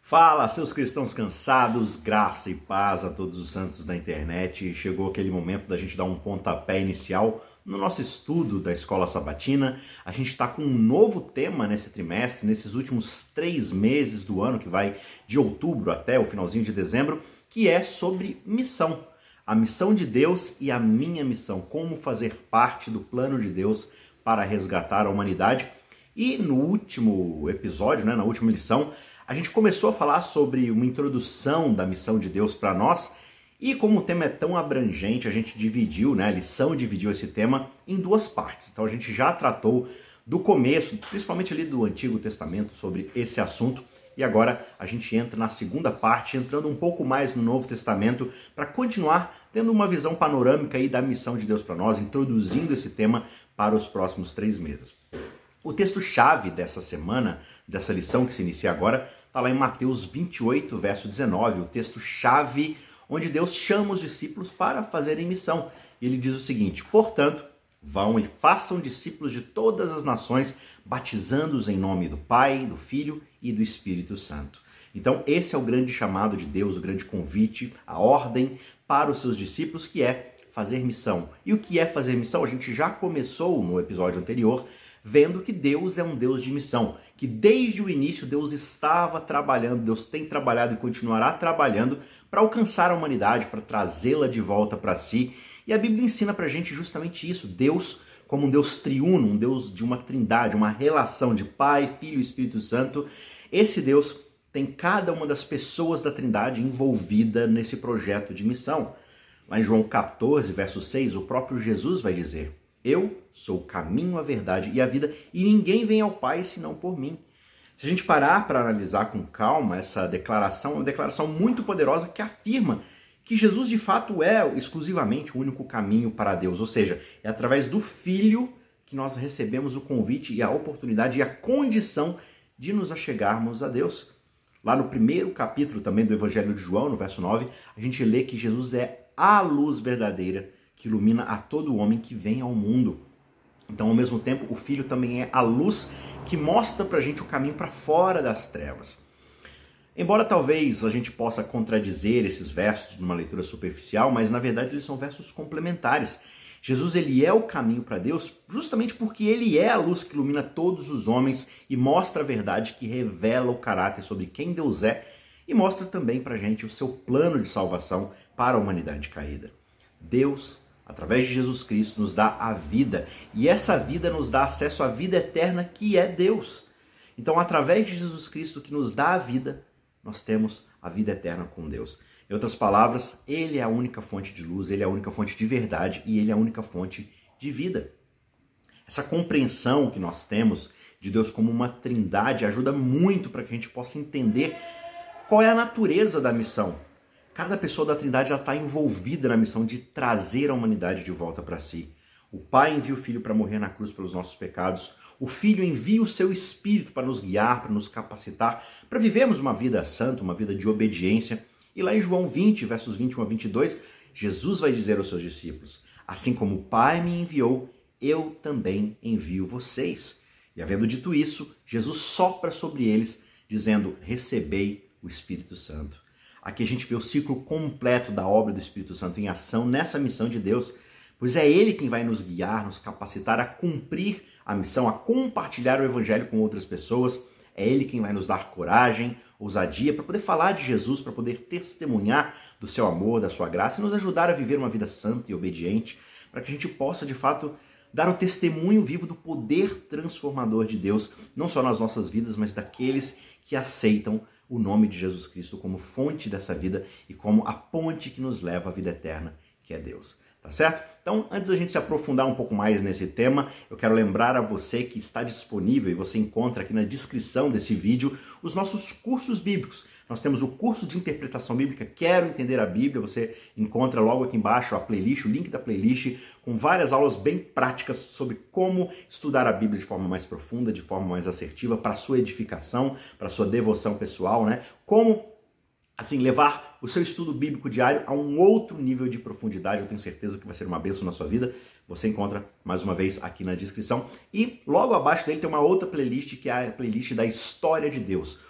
Fala, seus cristãos cansados, graça e paz a todos os santos da internet. Chegou aquele momento da gente dar um pontapé inicial no nosso estudo da Escola Sabatina. A gente está com um novo tema nesse trimestre, nesses últimos 3 meses do ano, que vai de outubro até o finalzinho de dezembro, que é sobre missão. A missão de Deus e a minha missão, como fazer parte do plano de Deus para resgatar a humanidade. E no último episódio, na última lição, a gente começou a falar sobre uma introdução da missão de Deus para nós, e como o tema é tão abrangente, a gente dividiu, a lição dividiu esse tema em 2 partes. Então a gente já tratou do começo, principalmente ali do Antigo Testamento, sobre esse assunto, e agora a gente entra na segunda parte, entrando um pouco mais no Novo Testamento, para continuar tendo uma visão panorâmica aí da missão de Deus para nós, introduzindo esse tema para os próximos 3 meses. O texto-chave dessa semana, dessa lição que se inicia agora, está lá em Mateus 28, verso 19, o texto-chave onde Deus chama os discípulos para fazerem missão. E ele diz o seguinte: portanto, vão e façam discípulos de todas as nações, batizando-os em nome do Pai, do Filho e do Espírito Santo. Então, esse é o grande chamado de Deus, o grande convite, a ordem para os seus discípulos, que é fazer missão. E o que é fazer missão? A gente já começou no episódio anterior, vendo que Deus é um Deus de missão, que desde o início Deus estava trabalhando, Deus tem trabalhado e continuará trabalhando para alcançar a humanidade, para trazê-la de volta para si. E a Bíblia ensina para a gente justamente isso, Deus como um Deus triuno, um Deus de uma trindade, uma relação de Pai, Filho e Espírito Santo. Esse Deus tem cada uma das pessoas da trindade envolvida nesse projeto de missão. Lá em João 14, verso 6, o próprio Jesus vai dizer: eu sou o caminho, a verdade e a vida, e ninguém vem ao Pai senão por mim. Se a gente parar para analisar com calma essa declaração, é uma declaração muito poderosa que afirma que Jesus de fato é exclusivamente o único caminho para Deus, ou seja, é através do Filho que nós recebemos o convite e a oportunidade e a condição de nos achegarmos a Deus. Lá no primeiro capítulo também do Evangelho de João, no verso 9, a gente lê que Jesus é a luz verdadeira que ilumina a todo homem que vem ao mundo. Então, ao mesmo tempo, o Filho também é a luz que mostra pra gente o caminho para fora das trevas. Embora talvez a gente possa contradizer esses versos numa leitura superficial, mas na verdade eles são versos complementares. Jesus, ele é o caminho para Deus justamente porque ele é a luz que ilumina todos os homens e mostra a verdade, que revela o caráter sobre quem Deus é e mostra também pra gente o seu plano de salvação para a humanidade caída. Deus, através de Jesus Cristo, nos dá a vida, e essa vida nos dá acesso à vida eterna, que é Deus. Então, através de Jesus Cristo, que nos dá a vida, nós temos a vida eterna com Deus. Em outras palavras, ele é a única fonte de luz, ele é a única fonte de verdade e ele é a única fonte de vida. Essa compreensão que nós temos de Deus como uma trindade ajuda muito para que a gente possa entender qual é a natureza da missão. Cada pessoa da Trindade já está envolvida na missão de trazer a humanidade de volta para si. O Pai envia o Filho para morrer na cruz pelos nossos pecados. O Filho envia o seu Espírito para nos guiar, para nos capacitar, para vivermos uma vida santa, uma vida de obediência. E lá em João 20, versos 21 a 22, Jesus vai dizer aos seus discípulos: assim como o Pai me enviou, eu também envio vocês. E havendo dito isso, Jesus sopra sobre eles, dizendo: recebei o Espírito Santo. Aqui a gente vê o ciclo completo da obra do Espírito Santo em ação nessa missão de Deus, pois é Ele quem vai nos guiar, nos capacitar a cumprir a missão, a compartilhar o Evangelho com outras pessoas. É Ele quem vai nos dar coragem, ousadia para poder falar de Jesus, para poder testemunhar do seu amor, da sua graça e nos ajudar a viver uma vida santa e obediente, para que a gente possa, de fato, dar o testemunho vivo do poder transformador de Deus, não só nas nossas vidas, mas daqueles que aceitam o nome de Jesus Cristo como fonte dessa vida e como a ponte que nos leva à vida eterna, que é Deus. Tá certo? Então, antes da gente se aprofundar um pouco mais nesse tema, eu quero lembrar a você que está disponível, e você encontra aqui na descrição desse vídeo, os nossos cursos bíblicos. Nós temos o curso de interpretação bíblica, Quero Entender a Bíblia. Você encontra logo aqui embaixo a playlist, o link da playlist, com várias aulas bem práticas sobre como estudar a Bíblia de forma mais profunda, de forma mais assertiva, para a sua edificação, para a sua devoção pessoal, Como assim, levar o seu estudo bíblico diário a um outro nível de profundidade. Eu tenho certeza que vai ser uma bênção na sua vida. Você encontra, mais uma vez, aqui na descrição. E logo abaixo dele tem uma outra playlist, que é a playlist da História de Deus.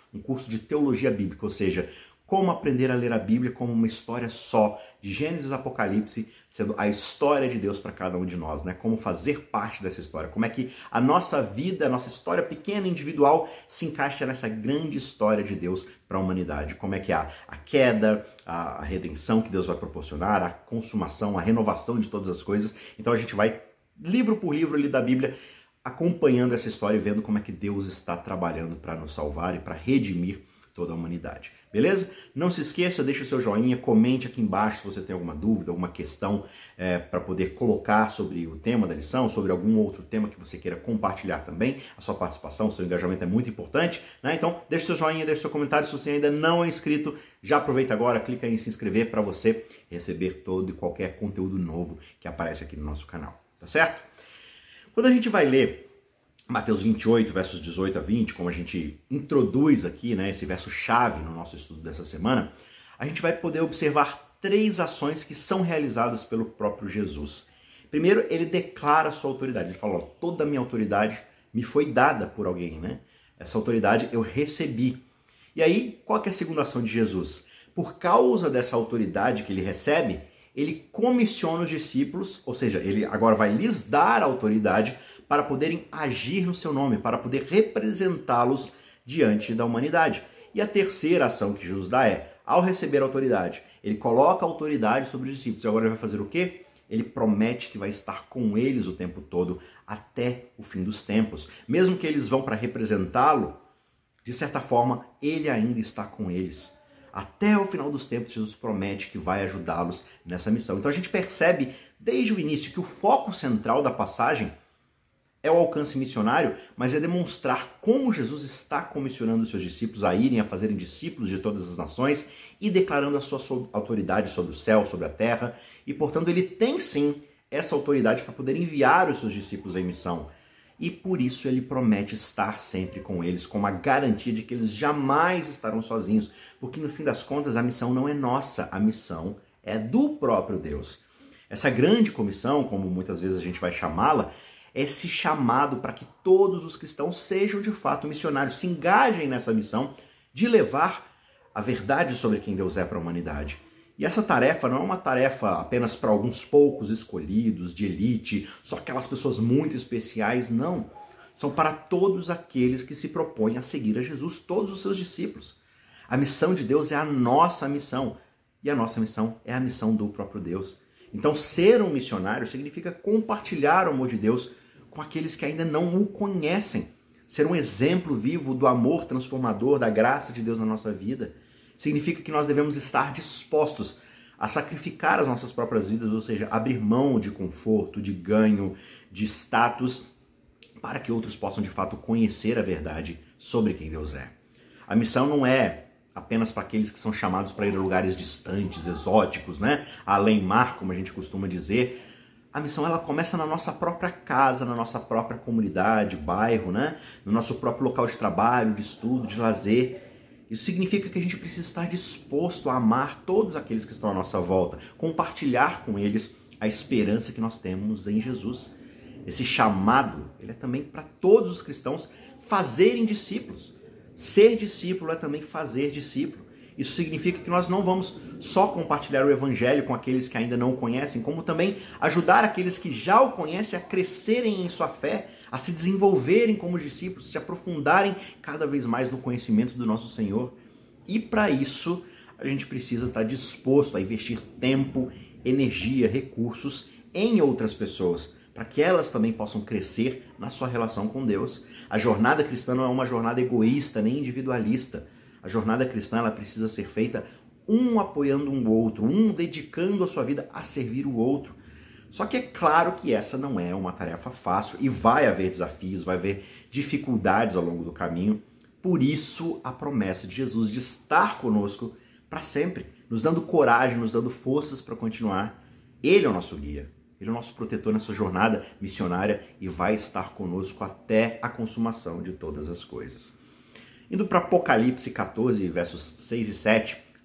um curso de teologia bíblica, ou seja, como aprender a ler a Bíblia como uma história só, de Gênesis a Apocalipse, sendo a história de Deus para cada um de nós, né? Como fazer parte dessa história, como é que a nossa vida, a nossa história pequena, individual, se encaixa nessa grande história de Deus para a humanidade, como é que a queda, a redenção que Deus vai proporcionar, a consumação, a renovação de todas as coisas. Então a gente vai, livro por livro ali da Bíblia, acompanhando essa história e vendo como é que Deus está trabalhando para nos salvar e para redimir toda a humanidade. Beleza? Não se esqueça, deixe o seu joinha, comente aqui embaixo se você tem alguma dúvida, alguma questão para poder colocar sobre o tema da lição, sobre algum outro tema que você queira compartilhar também. A sua participação, o seu engajamento é muito importante, né? Então, deixe seu joinha, deixe seu comentário. Se você ainda não é inscrito, já aproveita agora, clica em se inscrever para você receber todo e qualquer conteúdo novo que aparece aqui no nosso canal, tá certo? Quando a gente vai ler Mateus 28, versos 18 a 20, como a gente introduz aqui, né, esse verso-chave no nosso estudo dessa semana, a gente vai poder observar 3 ações que são realizadas pelo próprio Jesus. Primeiro, ele declara a sua autoridade. Ele fala, toda a minha autoridade me foi dada por alguém, né? Essa autoridade eu recebi. E aí, qual que é a segunda ação de Jesus? Por causa dessa autoridade que ele recebe, ele comissiona os discípulos, ou seja, ele agora vai lhes dar autoridade para poderem agir no seu nome, para poder representá-los diante da humanidade. E a terceira ação que Jesus dá é, ao receber autoridade, ele coloca autoridade sobre os discípulos. E agora ele vai fazer o quê? Ele promete que vai estar com eles o tempo todo, até o fim dos tempos. Mesmo que eles vão para representá-lo, de certa forma, ele ainda está com eles. Até o final dos tempos, Jesus promete que vai ajudá-los nessa missão. Então a gente percebe desde o início que o foco central da passagem é o alcance missionário, mas é demonstrar como Jesus está comissionando os seus discípulos a irem a fazerem discípulos de todas as nações e declarando a sua autoridade sobre o céu, sobre a terra. E, portanto, ele tem sim essa autoridade para poder enviar os seus discípulos em missão. E por isso ele promete estar sempre com eles, com uma garantia de que eles jamais estarão sozinhos. Porque no fim das contas a missão não é nossa, a missão é do próprio Deus. Essa grande comissão, como muitas vezes a gente vai chamá-la, é esse chamado para que todos os cristãos sejam de fato missionários, se engajem nessa missão de levar a verdade sobre quem Deus é para a humanidade. E essa tarefa não é uma tarefa apenas para alguns poucos escolhidos, de elite, só aquelas pessoas muito especiais, não. São para todos aqueles que se propõem a seguir a Jesus, todos os seus discípulos. A missão de Deus é a nossa missão, e a nossa missão é a missão do próprio Deus. Então, ser um missionário significa compartilhar o amor de Deus com aqueles que ainda não o conhecem. Ser um exemplo vivo do amor transformador, da graça de Deus na nossa vida. Significa que nós devemos estar dispostos a sacrificar as nossas próprias vidas, ou seja, abrir mão de conforto, de ganho, de status, para que outros possam de fato conhecer a verdade sobre quem Deus é. A missão não é apenas para aqueles que são chamados para ir a lugares distantes, exóticos, né? Além mar, como a gente costuma dizer. A missão ela começa na nossa própria casa, na nossa própria comunidade, bairro, né? No nosso próprio local de trabalho, de estudo, de lazer. Isso significa que a gente precisa estar disposto a amar todos aqueles que estão à nossa volta, compartilhar com eles a esperança que nós temos em Jesus. Esse chamado, ele é também para todos os cristãos fazerem discípulos. Ser discípulo é também fazer discípulo. Isso significa que nós não vamos só compartilhar o evangelho com aqueles que ainda não o conhecem, como também ajudar aqueles que já o conhecem a crescerem em sua fé, a se desenvolverem como discípulos, se aprofundarem cada vez mais no conhecimento do nosso Senhor. E para isso, a gente precisa estar disposto a investir tempo, energia, recursos em outras pessoas, para que elas também possam crescer na sua relação com Deus. A jornada cristã não é uma jornada egoísta nem individualista. A jornada cristã ela precisa ser feita um apoiando um outro, um dedicando a sua vida a servir o outro. Só que é claro que essa não é uma tarefa fácil e vai haver desafios, vai haver dificuldades ao longo do caminho. Por isso, a promessa de Jesus de estar conosco para sempre, nos dando coragem, nos dando forças para continuar. Ele é o nosso guia, ele é o nosso protetor nessa jornada missionária e vai estar conosco até a consumação de todas as coisas. Indo para Apocalipse 14, versos 6 e 7,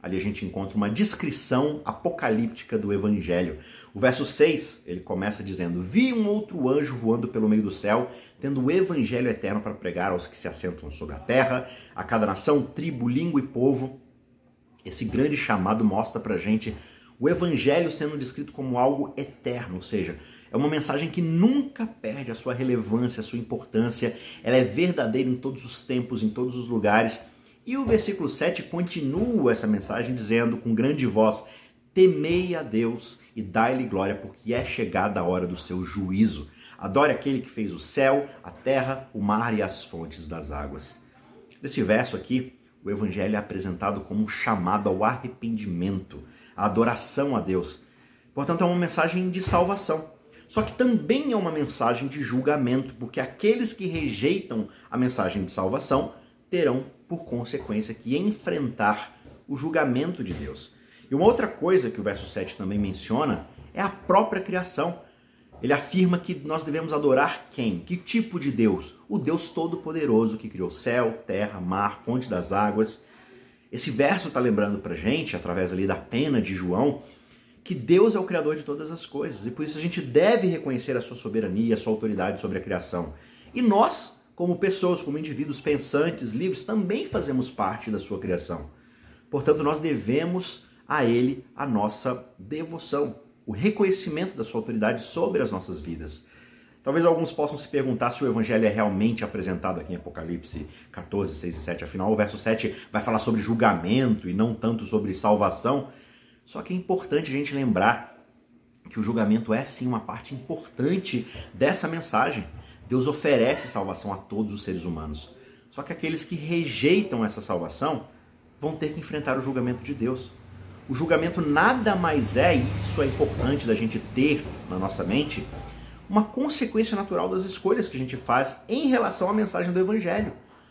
Ali a gente encontra uma descrição apocalíptica do Evangelho. O verso 6, ele começa dizendo: vi um outro anjo voando pelo meio do céu, tendo o Evangelho eterno para pregar aos que se assentam sobre a terra, a cada nação, tribo, língua e povo. Esse grande chamado mostra pra gente o Evangelho sendo descrito como algo eterno, ou seja, é uma mensagem que nunca perde a sua relevância, a sua importância, ela é verdadeira em todos os tempos, em todos os lugares. E o versículo 7 continua essa mensagem dizendo com grande voz: temei a Deus e dai-lhe glória, porque é chegada a hora do seu juízo. Adore aquele que fez o céu, a terra, o mar e as fontes das águas. Nesse verso aqui, o Evangelho é apresentado como um chamado ao arrependimento, à adoração a Deus. Portanto, é uma mensagem de salvação. Só que também é uma mensagem de julgamento, porque aqueles que rejeitam a mensagem de salvação terão, por consequência, que enfrentar o julgamento de Deus. E uma outra coisa que o verso 7 também menciona é a própria criação. Ele afirma que nós devemos adorar quem? Que tipo de Deus? O Deus Todo-Poderoso que criou céu, terra, mar, fonte das águas. Esse verso está lembrando para a gente, através ali da pena de João, que Deus é o Criador de todas as coisas. E por isso a gente deve reconhecer a sua soberania, a sua autoridade sobre a criação. E nós, como pessoas, como indivíduos pensantes, livres, também fazemos parte da sua criação. Portanto, nós devemos a Ele a nossa devoção, o reconhecimento da sua autoridade sobre as nossas vidas. Talvez alguns possam se perguntar se o Evangelho é realmente apresentado aqui em Apocalipse 14, 6 e 7. Afinal, o verso 7 vai falar sobre julgamento e não tanto sobre salvação. Só que é importante a gente lembrar que o julgamento é sim uma parte importante dessa mensagem. Deus oferece salvação a todos os seres humanos. Só que aqueles que rejeitam essa salvação vão ter que enfrentar o julgamento de Deus. O julgamento nada mais é, e isso é importante da gente ter na nossa mente, uma consequência natural das escolhas que a gente faz em relação à mensagem do Evangelho.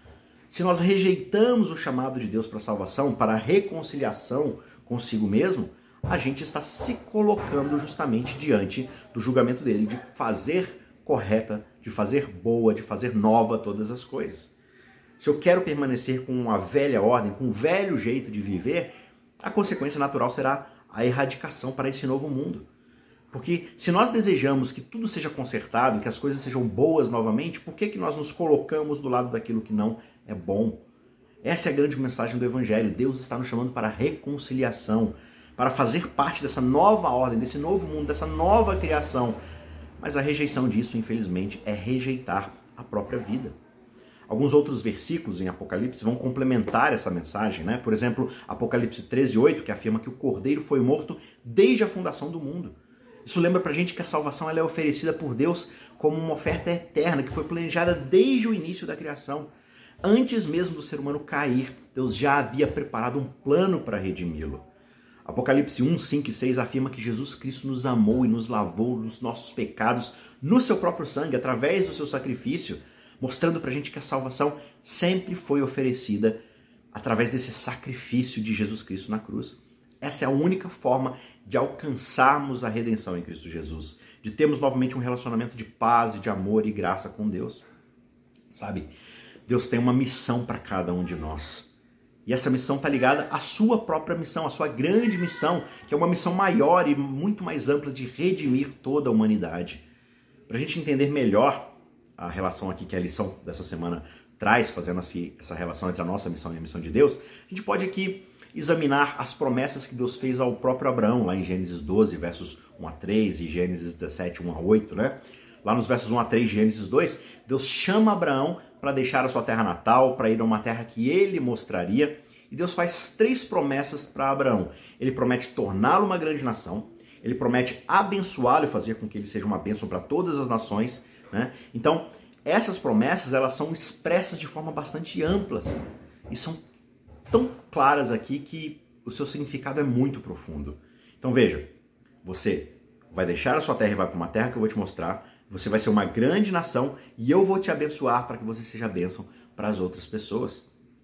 Se nós rejeitamos o chamado de Deus para a salvação, para a reconciliação consigo mesmo, a gente está se colocando justamente diante do julgamento dele, de fazer correta, de fazer boa, de fazer nova todas as coisas. Se eu quero permanecer com a velha ordem, com o velho jeito de viver, a consequência natural será a erradicação para esse novo mundo. Porque se nós desejamos que tudo seja consertado, que as coisas sejam boas novamente, por que nós nos colocamos do lado daquilo que não é bom? Essa é a grande mensagem do Evangelho. Deus está nos chamando para a reconciliação, para fazer parte dessa nova ordem, desse novo mundo, dessa nova criação. Mas a rejeição disso, infelizmente, é rejeitar a própria vida. Alguns outros versículos em Apocalipse vão complementar essa mensagem, né? Por exemplo, Apocalipse 13:8, que afirma que o Cordeiro foi morto desde a fundação do mundo. Isso lembra pra gente que a salvação ela é oferecida por Deus como uma oferta eterna, que foi planejada desde o início da criação. Antes mesmo do ser humano cair, Deus já havia preparado um plano para redimi-lo. Apocalipse 1, 5 e 6 afirma que Jesus Cristo nos amou e nos lavou dos nossos pecados no seu próprio sangue, através do seu sacrifício, mostrando pra gente que a salvação sempre foi oferecida através desse sacrifício de Jesus Cristo na cruz. Essa é a única forma de alcançarmos a redenção em Cristo Jesus, de termos novamente um relacionamento de paz, de amor e graça com Deus. Sabe, Deus tem uma missão para cada um de nós. E essa missão está ligada à sua própria missão, à sua grande missão, que é uma missão maior e muito mais ampla de redimir toda a humanidade. Para a gente entender melhor a relação aqui que a lição dessa semana traz, fazendo assim essa relação entre a nossa missão e a missão de Deus, a gente pode aqui examinar as promessas que Deus fez ao próprio Abraão, lá em Gênesis 12, versos 1 a 3 e Gênesis 17, 1 a 8, né? Lá nos versos 1 a 3 de Gênesis 2, Deus chama Abraão para deixar a sua terra natal, para ir a uma terra que ele mostraria, e Deus faz 3 promessas para Abraão. Ele promete torná-lo uma grande nação, ele promete abençoá-lo e fazer com que ele seja uma bênção para todas as nações, né? Então, essas promessas, elas são expressas de forma bastante ampla e são tão claras aqui que o seu significado é muito profundo. Então veja, você vai deixar a sua terra e vai para uma terra que eu vou te mostrar, você vai ser uma grande nação e eu vou te abençoar para que você seja bênção para as outras pessoas.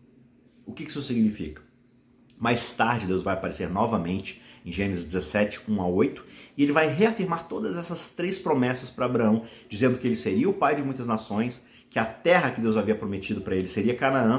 O que isso significa? Mais tarde Deus vai aparecer novamente em Gênesis 17, 1 a 8, e ele vai reafirmar todas essas 3 promessas para Abraão, dizendo que ele seria o pai de muitas nações, que a terra que Deus havia prometido para ele seria Canaã,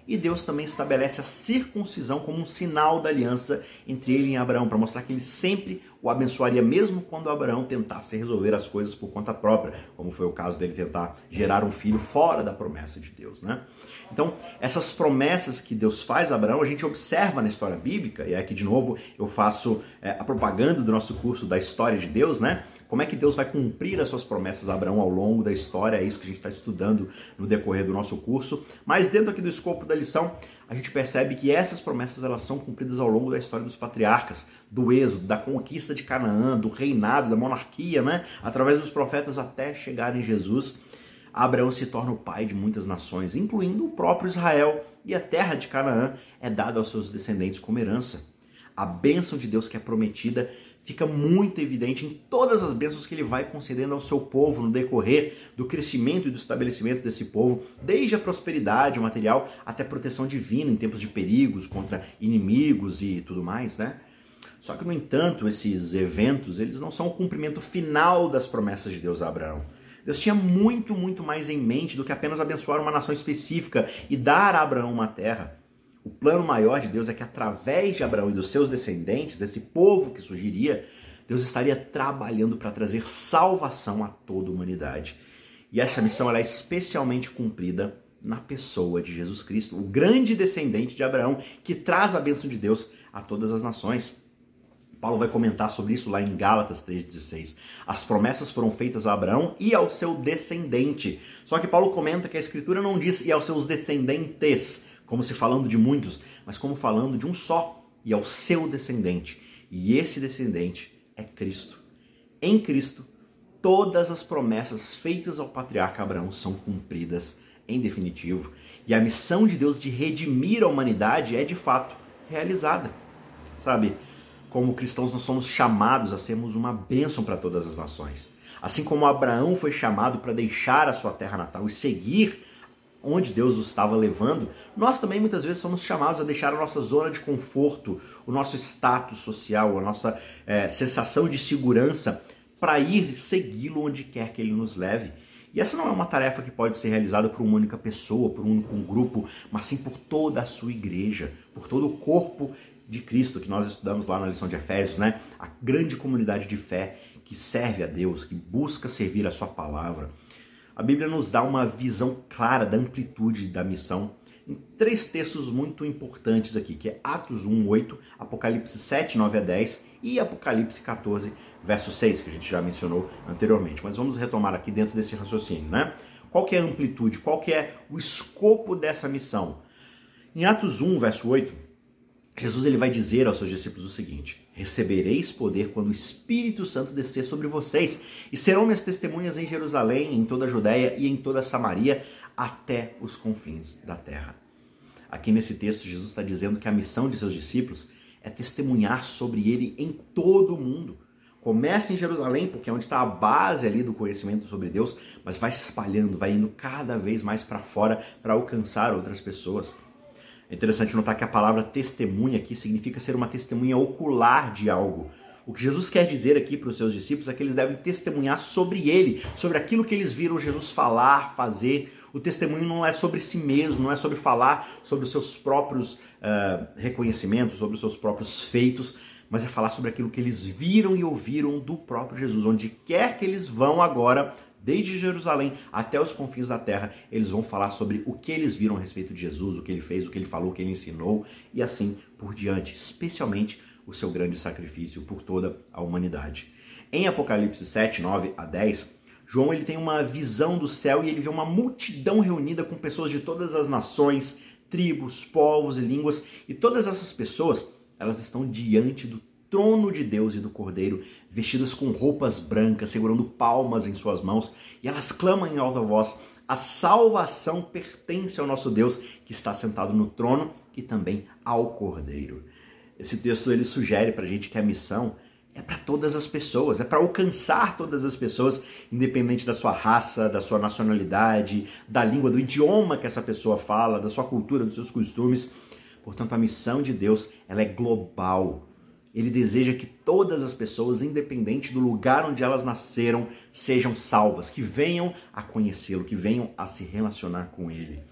E Deus também estabelece a circuncisão como um sinal da aliança entre ele e Abraão, para mostrar que ele sempre o abençoaria, mesmo quando Abraão tentasse resolver as coisas por conta própria, como foi o caso dele tentar gerar um filho fora da promessa de Deus, né? Então, essas promessas que Deus faz a Abraão, a gente observa na história bíblica, e aqui de novo eu faço a propaganda do nosso curso da história de Deus, né? Como é que Deus vai cumprir as suas promessas a Abraão ao longo da história, é isso que a gente está estudando no decorrer do nosso curso. Mas dentro aqui do escopo da lição, a gente percebe que essas promessas elas são cumpridas ao longo da história dos patriarcas, do êxodo, da conquista de Canaã, do reinado, da monarquia, né? Através dos profetas até chegar em Jesus. Abraão se torna o pai de muitas nações, incluindo o próprio Israel, e a terra de Canaã é dada aos seus descendentes como herança. A bênção de Deus que é prometida fica muito evidente em todas as bênçãos que ele vai concedendo ao seu povo no decorrer do crescimento e do estabelecimento desse povo, desde a prosperidade material até a proteção divina em tempos de perigos contra inimigos e tudo mais, né? Só que, no entanto, esses eventos, eles não são o cumprimento final das promessas de Deus a Abraão. Deus tinha muito, muito mais em mente do que apenas abençoar uma nação específica e dar a Abraão uma terra. O plano maior de Deus é que através de Abraão e dos seus descendentes, desse povo que surgiria, Deus estaria trabalhando para trazer salvação a toda a humanidade. E essa missão ela é especialmente cumprida na pessoa de Jesus Cristo, o grande descendente de Abraão, que traz a bênção de Deus a todas as nações. Paulo vai comentar sobre isso lá em Gálatas 3,16. As promessas foram feitas a Abraão e ao seu descendente. Só que Paulo comenta que a Escritura não diz e aos seus descendentes, como se falando de muitos, mas como falando de um só, e ao seu descendente. E esse descendente é Cristo. Em Cristo, todas as promessas feitas ao patriarca Abraão são cumpridas em definitivo. E a missão de Deus de redimir a humanidade é de fato realizada. Sabe, como cristãos nós somos chamados a sermos uma bênção para todas as nações. Assim como Abraão foi chamado para deixar a sua terra natal e seguir onde Deus os estava levando, nós também muitas vezes somos chamados a deixar a nossa zona de conforto, o nosso status social, a nossa sensação de segurança para ir segui-lo onde quer que ele nos leve. E essa não é uma tarefa que pode ser realizada por uma única pessoa, por um único grupo, mas sim por toda a sua igreja, por todo o corpo de Cristo que nós estudamos lá na lição de Efésios, né? A grande comunidade de fé que serve a Deus, que busca servir a sua palavra. A Bíblia nos dá uma visão clara da amplitude da missão em 3 textos muito importantes aqui, que é Atos 1:8, Apocalipse 7:9-10 e Apocalipse 14, verso 6, que a gente já mencionou anteriormente. Mas vamos retomar aqui dentro desse raciocínio, né? Qual que é a amplitude? Qual que é o escopo dessa missão? Em Atos 1, verso 8, Jesus ele vai dizer aos seus discípulos o seguinte: recebereis poder quando o Espírito Santo descer sobre vocês, e serão minhas testemunhas em Jerusalém, em toda a Judéia e em toda a Samaria, até os confins da terra. Aqui nesse texto, Jesus está dizendo que a missão de seus discípulos é testemunhar sobre ele em todo o mundo. Começa em Jerusalém, porque é onde está a base ali do conhecimento sobre Deus, mas vai se espalhando, vai indo cada vez mais para fora para alcançar outras pessoas. É interessante notar que a palavra testemunha aqui significa ser uma testemunha ocular de algo. O que Jesus quer dizer aqui para os seus discípulos é que eles devem testemunhar sobre ele, sobre aquilo que eles viram Jesus falar, fazer. O testemunho não é sobre si mesmo, não é sobre falar sobre os seus próprios reconhecimentos, sobre os seus próprios feitos, mas é falar sobre aquilo que eles viram e ouviram do próprio Jesus. Onde quer que eles vão agora, desde Jerusalém até os confins da terra, eles vão falar sobre o que eles viram a respeito de Jesus, o que ele fez, o que ele falou, o que ele ensinou e assim por diante, especialmente o seu grande sacrifício por toda a humanidade. Em Apocalipse 7:9-10, João ele tem uma visão do céu e ele vê uma multidão reunida com pessoas de todas as nações, tribos, povos e línguas, e todas essas pessoas, elas estão diante do trono de Deus e do Cordeiro, vestidas com roupas brancas, segurando palmas em suas mãos, e elas clamam em alta voz: a salvação pertence ao nosso Deus, que está sentado no trono, e também ao Cordeiro. Esse texto ele sugere para a gente que a missão é para todas as pessoas, é para alcançar todas as pessoas, independente da sua raça, da sua nacionalidade, da língua, do idioma que essa pessoa fala, da sua cultura, dos seus costumes. Portanto, a missão de Deus ela é global. Ele deseja que todas as pessoas, independente do lugar onde elas nasceram, sejam salvas, que venham a conhecê-lo, que venham a se relacionar com ele.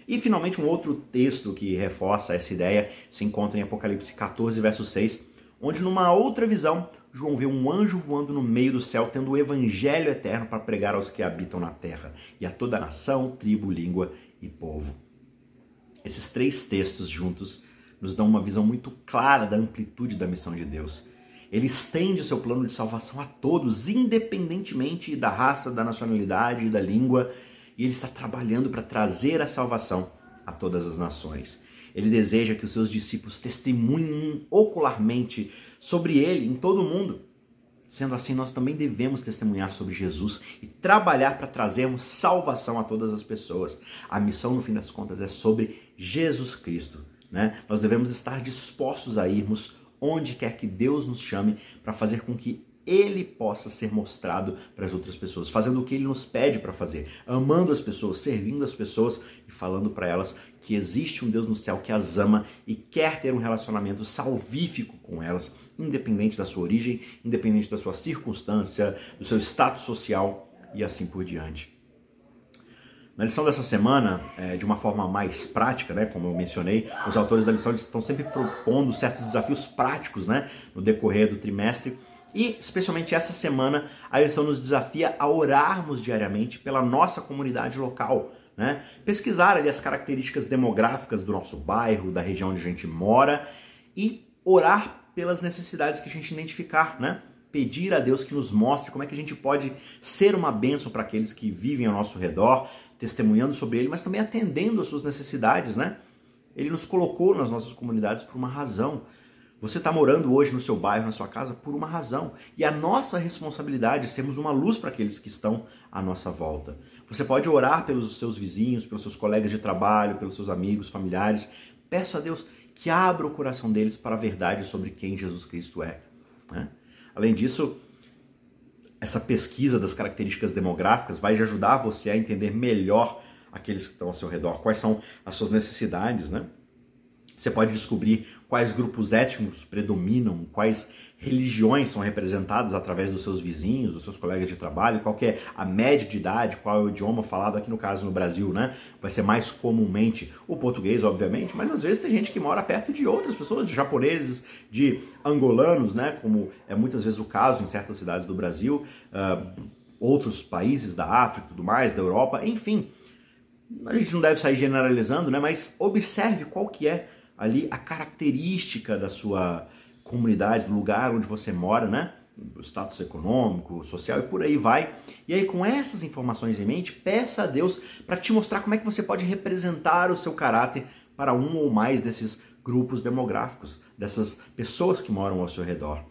E finalmente um outro texto que reforça essa ideia se encontra em Apocalipse 14, verso 6, onde numa outra visão, João vê um anjo voando no meio do céu, tendo o evangelho eterno para pregar aos que habitam na terra, e a toda nação, tribo, língua e povo. Esses três textos juntos nos dão uma visão muito clara da amplitude da missão de Deus. Ele estende o seu plano de salvação a todos, independentemente da raça, da nacionalidade e da língua, e ele está trabalhando para trazer a salvação a todas as nações. Ele deseja que os seus discípulos testemunhem ocularmente sobre ele em todo o mundo. Sendo assim, nós também devemos testemunhar sobre Jesus e trabalhar para trazermos salvação a todas as pessoas. A missão, no fim das contas, é sobre Jesus Cristo, né? Nós devemos estar dispostos a irmos onde quer que Deus nos chame para fazer com que Ele possa ser mostrado para as outras pessoas, fazendo o que Ele nos pede para fazer, amando as pessoas, servindo as pessoas e falando para elas que existe um Deus no céu que as ama e quer ter um relacionamento salvífico com elas, independente da sua origem, independente da sua circunstância, do seu status social e assim por diante. Na lição dessa semana, de uma forma mais prática, né, como eu mencionei, os autores da lição estão sempre propondo certos desafios práticos, né, no decorrer do trimestre. E, especialmente essa semana, a lição nos desafia a orarmos diariamente pela nossa comunidade local, né? Pesquisar ali as características demográficas do nosso bairro, da região onde a gente mora e orar pelas necessidades que a gente identificar, né? Pedir a Deus que nos mostre como é que a gente pode ser uma bênção para aqueles que vivem ao nosso redor, testemunhando sobre Ele, mas também atendendo às suas necessidades, né? Ele nos colocou nas nossas comunidades por uma razão. Você está morando hoje no seu bairro, na sua casa, por uma razão. E a nossa responsabilidade é sermos uma luz para aqueles que estão à nossa volta. Você pode orar pelos seus vizinhos, pelos seus colegas de trabalho, pelos seus amigos, familiares. Peça a Deus que abra o coração deles para a verdade sobre quem Jesus Cristo é, né? Além disso, essa pesquisa das características demográficas vai ajudar você a entender melhor aqueles que estão ao seu redor, quais são as suas necessidades, né? Você pode descobrir quais grupos étnicos predominam, quais religiões são representadas através dos seus vizinhos, dos seus colegas de trabalho, qual que é a média de idade, qual é o idioma falado aqui no caso no Brasil, né? Vai ser mais comumente o português, obviamente, mas às vezes tem gente que mora perto de outras pessoas, de japoneses, de angolanos, né? Como é muitas vezes o caso em certas cidades do Brasil, outros países da África, tudo mais, da Europa, enfim. A gente não deve sair generalizando, né? Mas observe qual que é ali a característica da sua comunidade, do lugar onde você mora, né? O status econômico, social e por aí vai. E aí, com essas informações em mente, peça a Deus para te mostrar como é que você pode representar o seu caráter para um ou mais desses grupos demográficos, dessas pessoas que moram ao seu redor.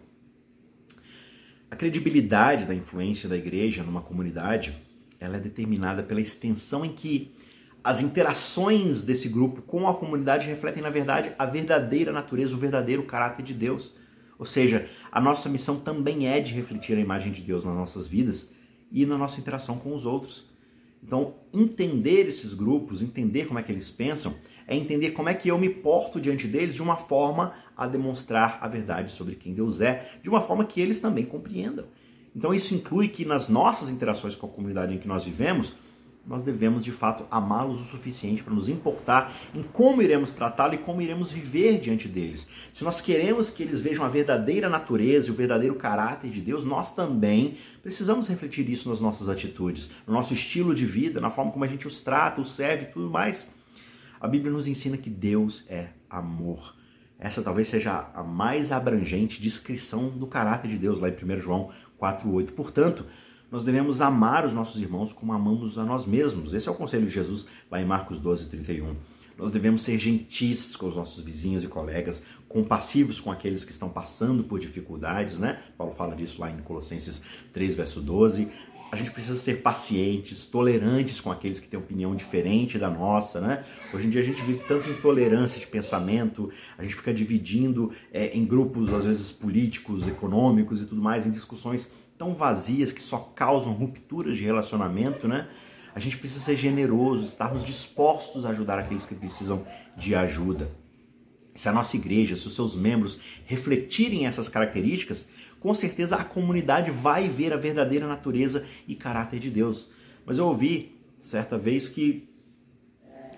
A credibilidade da influência da igreja numa comunidade, ela é determinada pela extensão em que as interações desse grupo com a comunidade refletem, na verdade, a verdadeira natureza, o verdadeiro caráter de Deus. Ou seja, a nossa missão também é de refletir a imagem de Deus nas nossas vidas e na nossa interação com os outros. Então, entender esses grupos, entender como é que eles pensam, é entender como é que eu me porto diante deles de uma forma a demonstrar a verdade sobre quem Deus é, de uma forma que eles também compreendam. Então, isso inclui que nas nossas interações com a comunidade em que nós vivemos, nós devemos, de fato, amá-los o suficiente para nos importar em como iremos tratá-lo e como iremos viver diante deles. Se nós queremos que eles vejam a verdadeira natureza e o verdadeiro caráter de Deus, nós também precisamos refletir isso nas nossas atitudes, no nosso estilo de vida, na forma como a gente os trata, os serve e tudo mais. A Bíblia nos ensina que Deus é amor. Essa talvez seja a mais abrangente descrição do caráter de Deus, lá em 1 João 4,8. Portanto, nós devemos amar os nossos irmãos como amamos a nós mesmos. Esse é o conselho de Jesus lá em Marcos 12:31. Nós devemos ser gentis com os nossos vizinhos e colegas, compassivos com aqueles que estão passando por dificuldades, né? Paulo fala disso lá em Colossenses 3, verso 12. A gente precisa ser pacientes, tolerantes com aqueles que têm opinião diferente da nossa, né? Hoje em dia a gente vive tanto intolerância de pensamento, a gente fica dividindo em grupos, às vezes políticos, econômicos e tudo mais, em discussões tão vazias que só causam rupturas de relacionamento, né? A gente precisa ser generoso, estarmos dispostos a ajudar aqueles que precisam de ajuda. Se a nossa igreja, se os seus membros refletirem essas características, com certeza a comunidade vai ver a verdadeira natureza e caráter de Deus. Mas eu ouvi certa vez que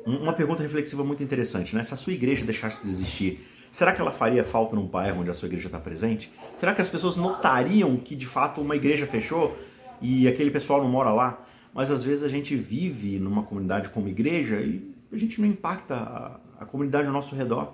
Uma pergunta reflexiva muito interessante, né? Se a sua igreja deixasse de existir, será que ela faria falta num bairro onde a sua igreja está presente? Será que as pessoas notariam que de fato uma igreja fechou e aquele pessoal não mora lá? Mas às vezes a gente vive numa comunidade como igreja e a gente não impacta a comunidade ao nosso redor.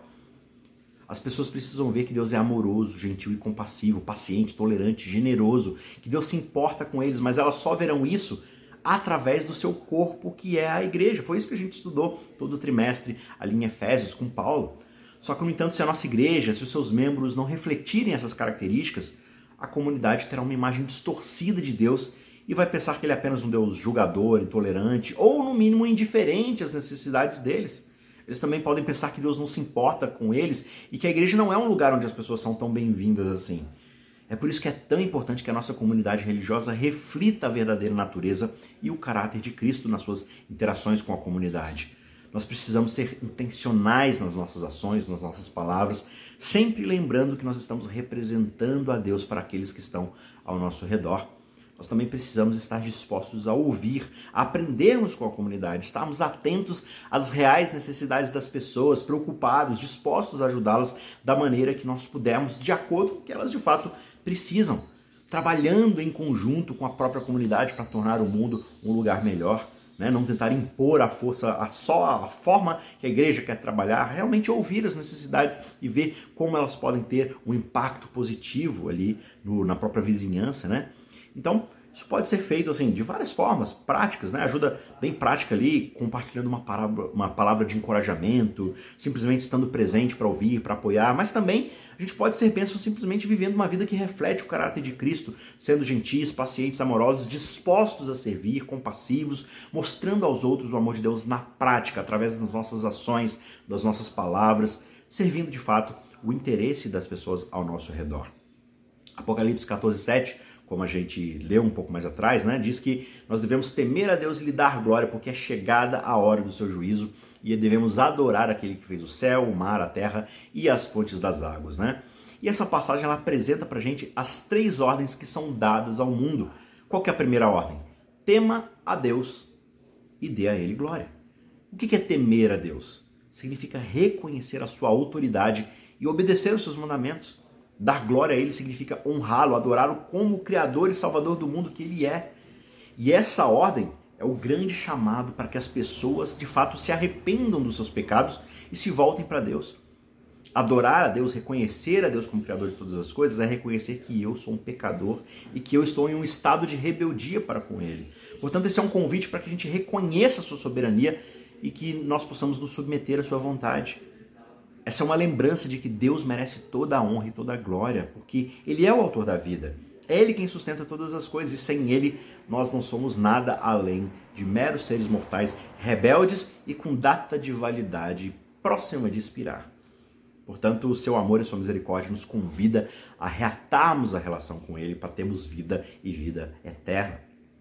As pessoas precisam ver que Deus é amoroso, gentil e compassivo, paciente, tolerante, generoso, que Deus se importa com eles, mas elas só verão isso através do seu corpo, que é a igreja. Foi isso que a gente estudou todo o trimestre ali em Efésios com Paulo. Só que, no entanto, se a nossa igreja, se os seus membros não refletirem essas características, a comunidade terá uma imagem distorcida de Deus e vai pensar que ele é apenas um Deus julgador, intolerante ou, no mínimo, indiferente às necessidades deles. Eles também podem pensar que Deus não se importa com eles e que a igreja não é um lugar onde as pessoas são tão bem-vindas assim. É por isso que é tão importante que a nossa comunidade religiosa reflita a verdadeira natureza e o caráter de Cristo nas suas interações com a comunidade. Nós precisamos ser intencionais nas nossas ações, nas nossas palavras, sempre lembrando que nós estamos representando a Deus para aqueles que estão ao nosso redor. Nós também precisamos estar dispostos a ouvir, a aprendermos com a comunidade, estarmos atentos às reais necessidades das pessoas, preocupados, dispostos a ajudá-las da maneira que nós pudermos, de acordo com o que elas de fato precisam, trabalhando em conjunto com a própria comunidade para tornar o mundo um lugar melhor. Não tentar impor a força, só a forma que a igreja quer trabalhar, realmente ouvir as necessidades e ver como elas podem ter um impacto positivo ali na própria vizinhança, Então, isso pode ser feito assim, de várias formas práticas, ajuda bem prática ali, compartilhando uma palavra de encorajamento, simplesmente estando presente para ouvir, para apoiar, mas também a gente pode ser bênção simplesmente vivendo uma vida que reflete o caráter de Cristo, sendo gentis, pacientes, amorosos, dispostos a servir, compassivos, mostrando aos outros o amor de Deus na prática, através das nossas ações, das nossas palavras, servindo de fato o interesse das pessoas ao nosso redor. Apocalipse 14:7, como a gente leu um pouco mais atrás, diz que nós devemos temer a Deus e lhe dar glória, porque é chegada a hora do seu juízo e devemos adorar aquele que fez o céu, o mar, a terra e as fontes das águas. E essa passagem ela apresenta para a gente as 3 ordens que são dadas ao mundo. Qual que é a primeira ordem? Tema a Deus e dê a Ele glória. O que é temer a Deus? Significa reconhecer a sua autoridade e obedecer os seus mandamentos. Dar glória a Ele significa honrá-lo, adorá-lo como o Criador e Salvador do mundo que Ele é. E essa ordem é o grande chamado para que as pessoas, de fato, se arrependam dos seus pecados e se voltem para Deus. Adorar a Deus, reconhecer a Deus como Criador de todas as coisas, é reconhecer que eu sou um pecador e que eu estou em um estado de rebeldia para com Ele. Portanto, esse é um convite para que a gente reconheça a sua soberania e que nós possamos nos submeter à sua vontade. Essa é uma lembrança de que Deus merece toda a honra e toda a glória, porque Ele é o autor da vida. É Ele quem sustenta todas as coisas, e sem Ele nós não somos nada além de meros seres mortais, rebeldes e com data de validade próxima de expirar. Portanto, o seu amor e sua misericórdia nos convida a reatarmos a relação com Ele para termos vida e vida eterna.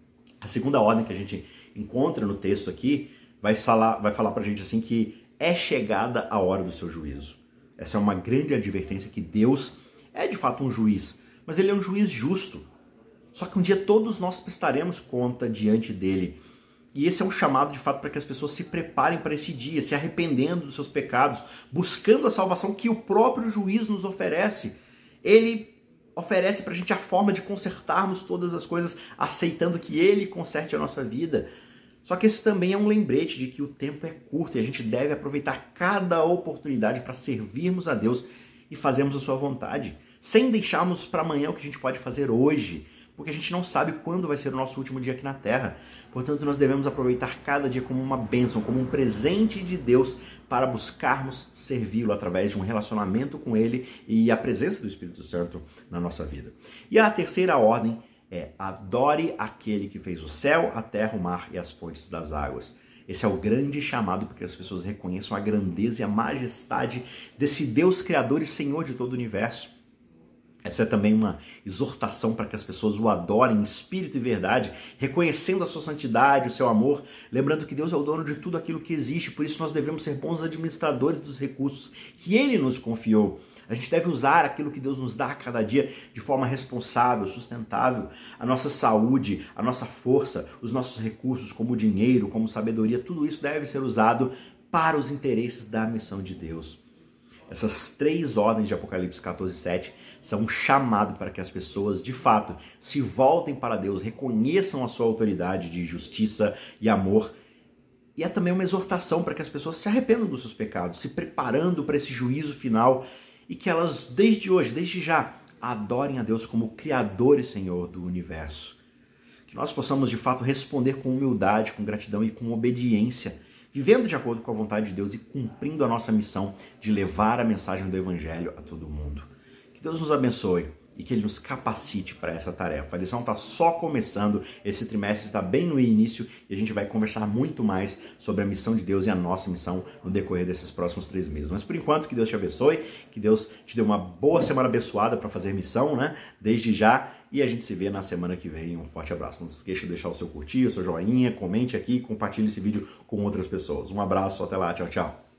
A segunda ordem que a gente encontra no texto aqui vai falar para a gente assim que é chegada a hora do seu juízo. Essa é uma grande advertência que Deus é de fato um juiz, mas Ele é um juiz justo. Só que um dia todos nós prestaremos conta diante dEle. E esse é um chamado de fato para que as pessoas se preparem para esse dia, se arrependendo dos seus pecados, buscando a salvação que o próprio juiz nos oferece. Ele oferece para a gente a forma de consertarmos todas as coisas, aceitando que Ele conserte a nossa vida. Só que esse também é um lembrete de que o tempo é curto e a gente deve aproveitar cada oportunidade para servirmos a Deus e fazermos a sua vontade, sem deixarmos para amanhã o que a gente pode fazer hoje, porque a gente não sabe quando vai ser o nosso último dia aqui na Terra. Portanto, nós devemos aproveitar cada dia como uma bênção, como um presente de Deus para buscarmos servi-lo através de um relacionamento com Ele e a presença do Espírito Santo na nossa vida. E a terceira ordem é: adore aquele que fez o céu, a terra, o mar e as fontes das águas. Esse é o grande chamado para que as pessoas reconheçam a grandeza e a majestade desse Deus Criador e Senhor de todo o universo. Essa é também uma exortação para que as pessoas o adorem em espírito e verdade, reconhecendo a sua santidade, o seu amor, lembrando que Deus é o dono de tudo aquilo que existe, por isso nós devemos ser bons administradores dos recursos que Ele nos confiou. A gente deve usar aquilo que Deus nos dá a cada dia de forma responsável, sustentável. A nossa saúde, a nossa força, os nossos recursos como dinheiro, como sabedoria, tudo isso deve ser usado para os interesses da missão de Deus. Essas 3 ordens de Apocalipse 14:7 são um chamado para que as pessoas, de fato, se voltem para Deus, reconheçam a sua autoridade de justiça e amor. E é também uma exortação para que as pessoas se arrependam dos seus pecados, se preparando para esse juízo final e que elas, desde hoje, desde já, adorem a Deus como Criador e Senhor do universo. Que nós possamos, de fato, responder com humildade, com gratidão e com obediência, vivendo de acordo com a vontade de Deus e cumprindo a nossa missão de levar a mensagem do Evangelho a todo mundo. Que Deus nos abençoe e que Ele nos capacite para essa tarefa. A lição está só começando, esse trimestre está bem no início e a gente vai conversar muito mais sobre a missão de Deus e a nossa missão no decorrer desses próximos 3 meses. Mas por enquanto, que Deus te abençoe, que Deus te dê uma boa semana abençoada para fazer missão, né? Desde já, e a gente se vê na semana que vem. Um forte abraço. Não se esqueça de deixar o seu curtir, o seu joinha, comente aqui e compartilhe esse vídeo com outras pessoas. Um abraço, até lá, tchau, tchau.